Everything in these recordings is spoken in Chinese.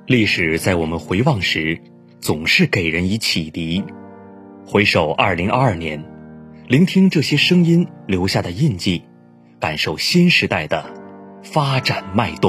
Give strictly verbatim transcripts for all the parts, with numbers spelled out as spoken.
历史在我们回望时，总是给人以启迪。回首二零二二年，聆听这些声音留下的印记，感受新时代的发展脉动。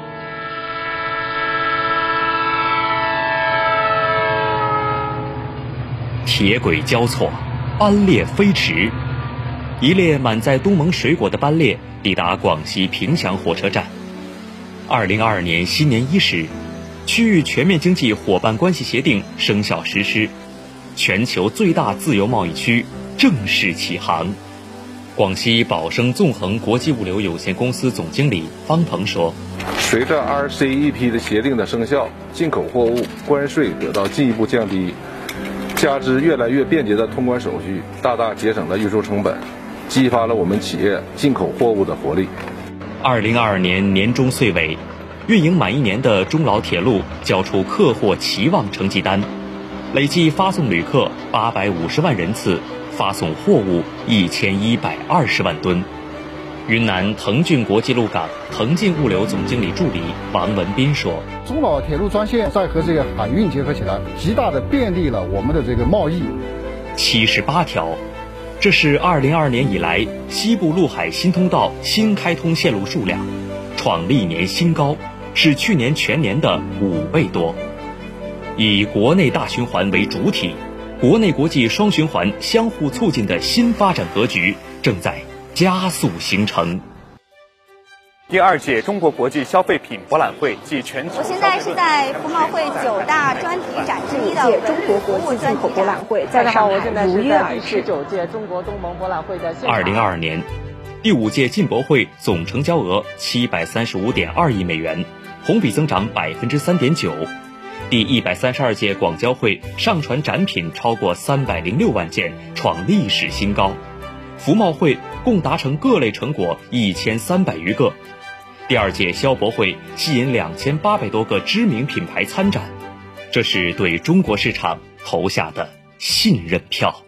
铁轨交错，班列飞驰，一列满载东盟水果的班列抵达广西凭祥火车站。二零二二年新年伊始，区域全面经济伙伴关系协定生效实施，全球最大自由贸易区正式启航。广西宝生纵横国际物流有限公司总经理方鹏说： 随着 R C E P 的协定的生效，进口货物关税得到进一步降低，加之越来越便捷的通关手续，大大节省了运输成本，激发了我们企业进口货物的活力。 二零二二年年终岁尾，运营满一年的中老铁路交出客货期望成绩单，累计发送旅客八百五十万人次，发送货物一千一百二十万吨。云南腾俊国际路港腾劲物流总经理助理王文斌说： 中老铁路专线再和这个海运结合起来，极大的便利了我们的这个贸易。 七十八条，这是二零二二年以来西部陆海新通道新开通线路数量，创历年新高，是去年全年的五倍多。以国内大循环为主体，国内国际双循环相互促进的新发展格局正在加速形成。 第二届中国国际消费品博览会暨全球。 我现在是在服贸会九大专题展之一的中国国际进口博览会，在上海如约而至。 九届中国东盟博览会的现场。 二零二二年，第五届进博会总成交额七百三十五点二亿美元，同比增长百分之三点九。第一百三十二届广交会上传展品超过三百零六万件，创历史新高。服贸会共达成各类成果一千三百余个。第二届消博会吸引两千八百多个知名品牌参展，这是对中国市场投下的信任票。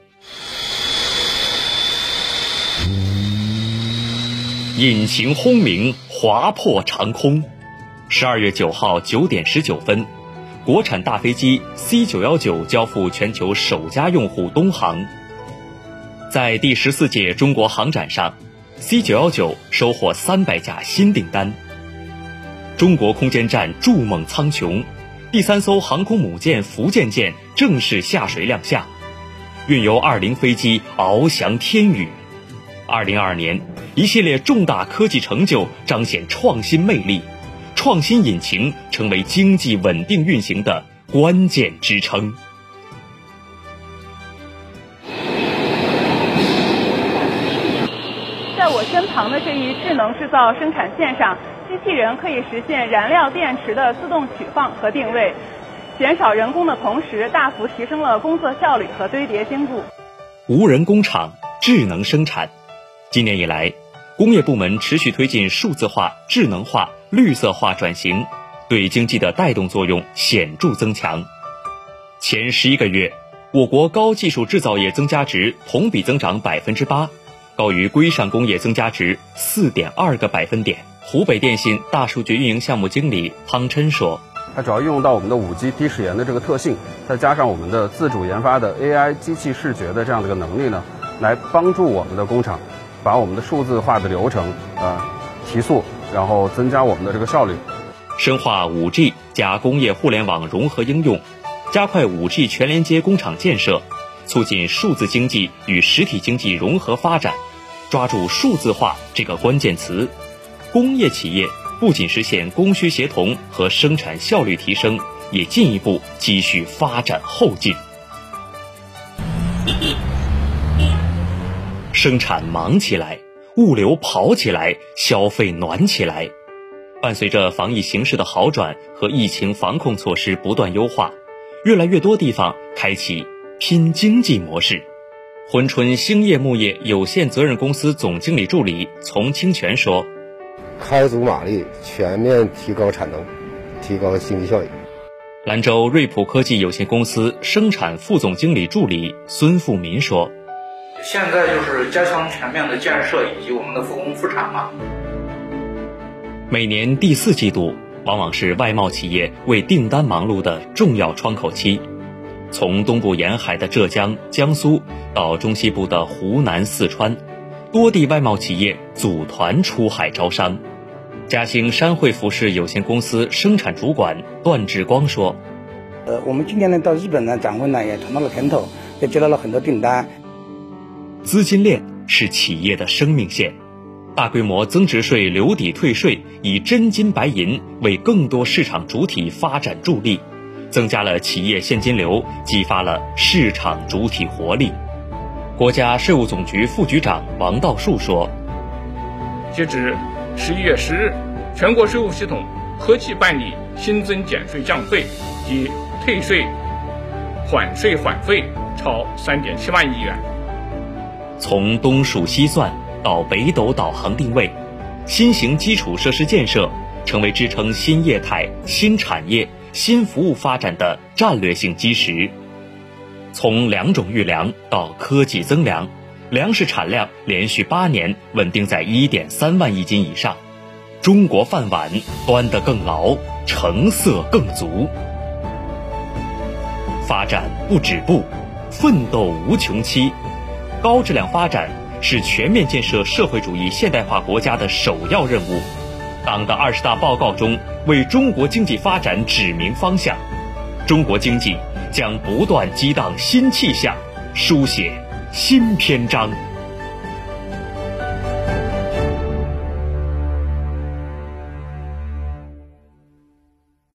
引擎轰鸣，划破长空。十二月九号九点十九分，国产大飞机 C 九一九交付全球首家用户东航。在第十四届中国航展上， C 九一九收获三百架新订单。中国空间站筑梦苍穹，第三艘航空母舰福建舰正式下水亮相，运油二零飞机翱翔天宇。二零二二年，一系列重大科技成就彰显创新魅力，创新引擎成为经济稳定运行的关键支撑。 在我身旁的这一智能制造生产线上，机器人可以实现燃料电池的自动取放和定位，减少人工的同时，大幅提升了工作效率和堆叠精度。 无人工厂，智能生产。今年以来，工业部门持续推进数字化、智能化、绿色化转型，对经济的带动作用显著增强。前十一个月，我国高技术制造业增加值同比增长百分之八，高于规上工业增加值四点二个百分点。湖北电信大数据运营项目经理汤琛说： 它主要运用到我们的 五 G 低时延的这个特性，再加上我们的自主研发的 A I 机器视觉的这样的一个能力呢，来帮助我们的工厂把我们的数字化的流程呃提速，然后增加我们的这个效率。 深化 五 G 加工业互联网融合应用，加快 五 G 全连接工厂建设，促进数字经济与实体经济融合发展，抓住数字化这个关键词，工业企业不仅实现供需协同和生产效率提升，也进一步积蓄发展后劲。生产忙起来，物流跑起来，消费暖起来。伴随着防疫形势的好转和疫情防控措施不断优化，越来越多地方开启拼经济模式。珲春兴业牧业有限责任公司总经理助理丛清泉说： 开足马力，全面提高产能，提高经济效益。 兰州瑞普科技有限公司生产副总经理助理孙富民说： 现在就是加强全面的建设以及我们的复工复产嘛。 每年第四季度， 往往是外贸企业为订单忙碌的重要窗口期。从东部沿海的浙江、江苏到中西部的湖南、四川，多地外贸企业组团出海招商。嘉兴山汇服饰有限公司生产主管段志光说：“ 呃，我们今年呢到日本呢展会呢也尝到了甜头，也接到了很多订单。 资金链是企业的生命线，大规模增值税留抵退税，以真金白银为更多市场主体发展助力，增加了企业现金流，激发了市场主体活力。”国家税务总局副局长王道树说：“ 截至十一月十日，全国税务系统合计办理新增减税降费及退税、缓税返费超三点七万亿元。 从东数西算到北斗导航定位，新型基础设施建设成为支撑新业态、新产业、新服务发展的战略性基石。从良种育粮到科技增粮，粮食产量连续八年稳定在 一点三万亿斤以上，中国饭碗端得更牢，成色更足。发展不止步，奋斗无穷期。高质量发展是全面建设社会主义现代化国家的首要任务。党的二十大报告中为中国经济发展指明方向，中国经济将不断激荡新气象，书写新篇章。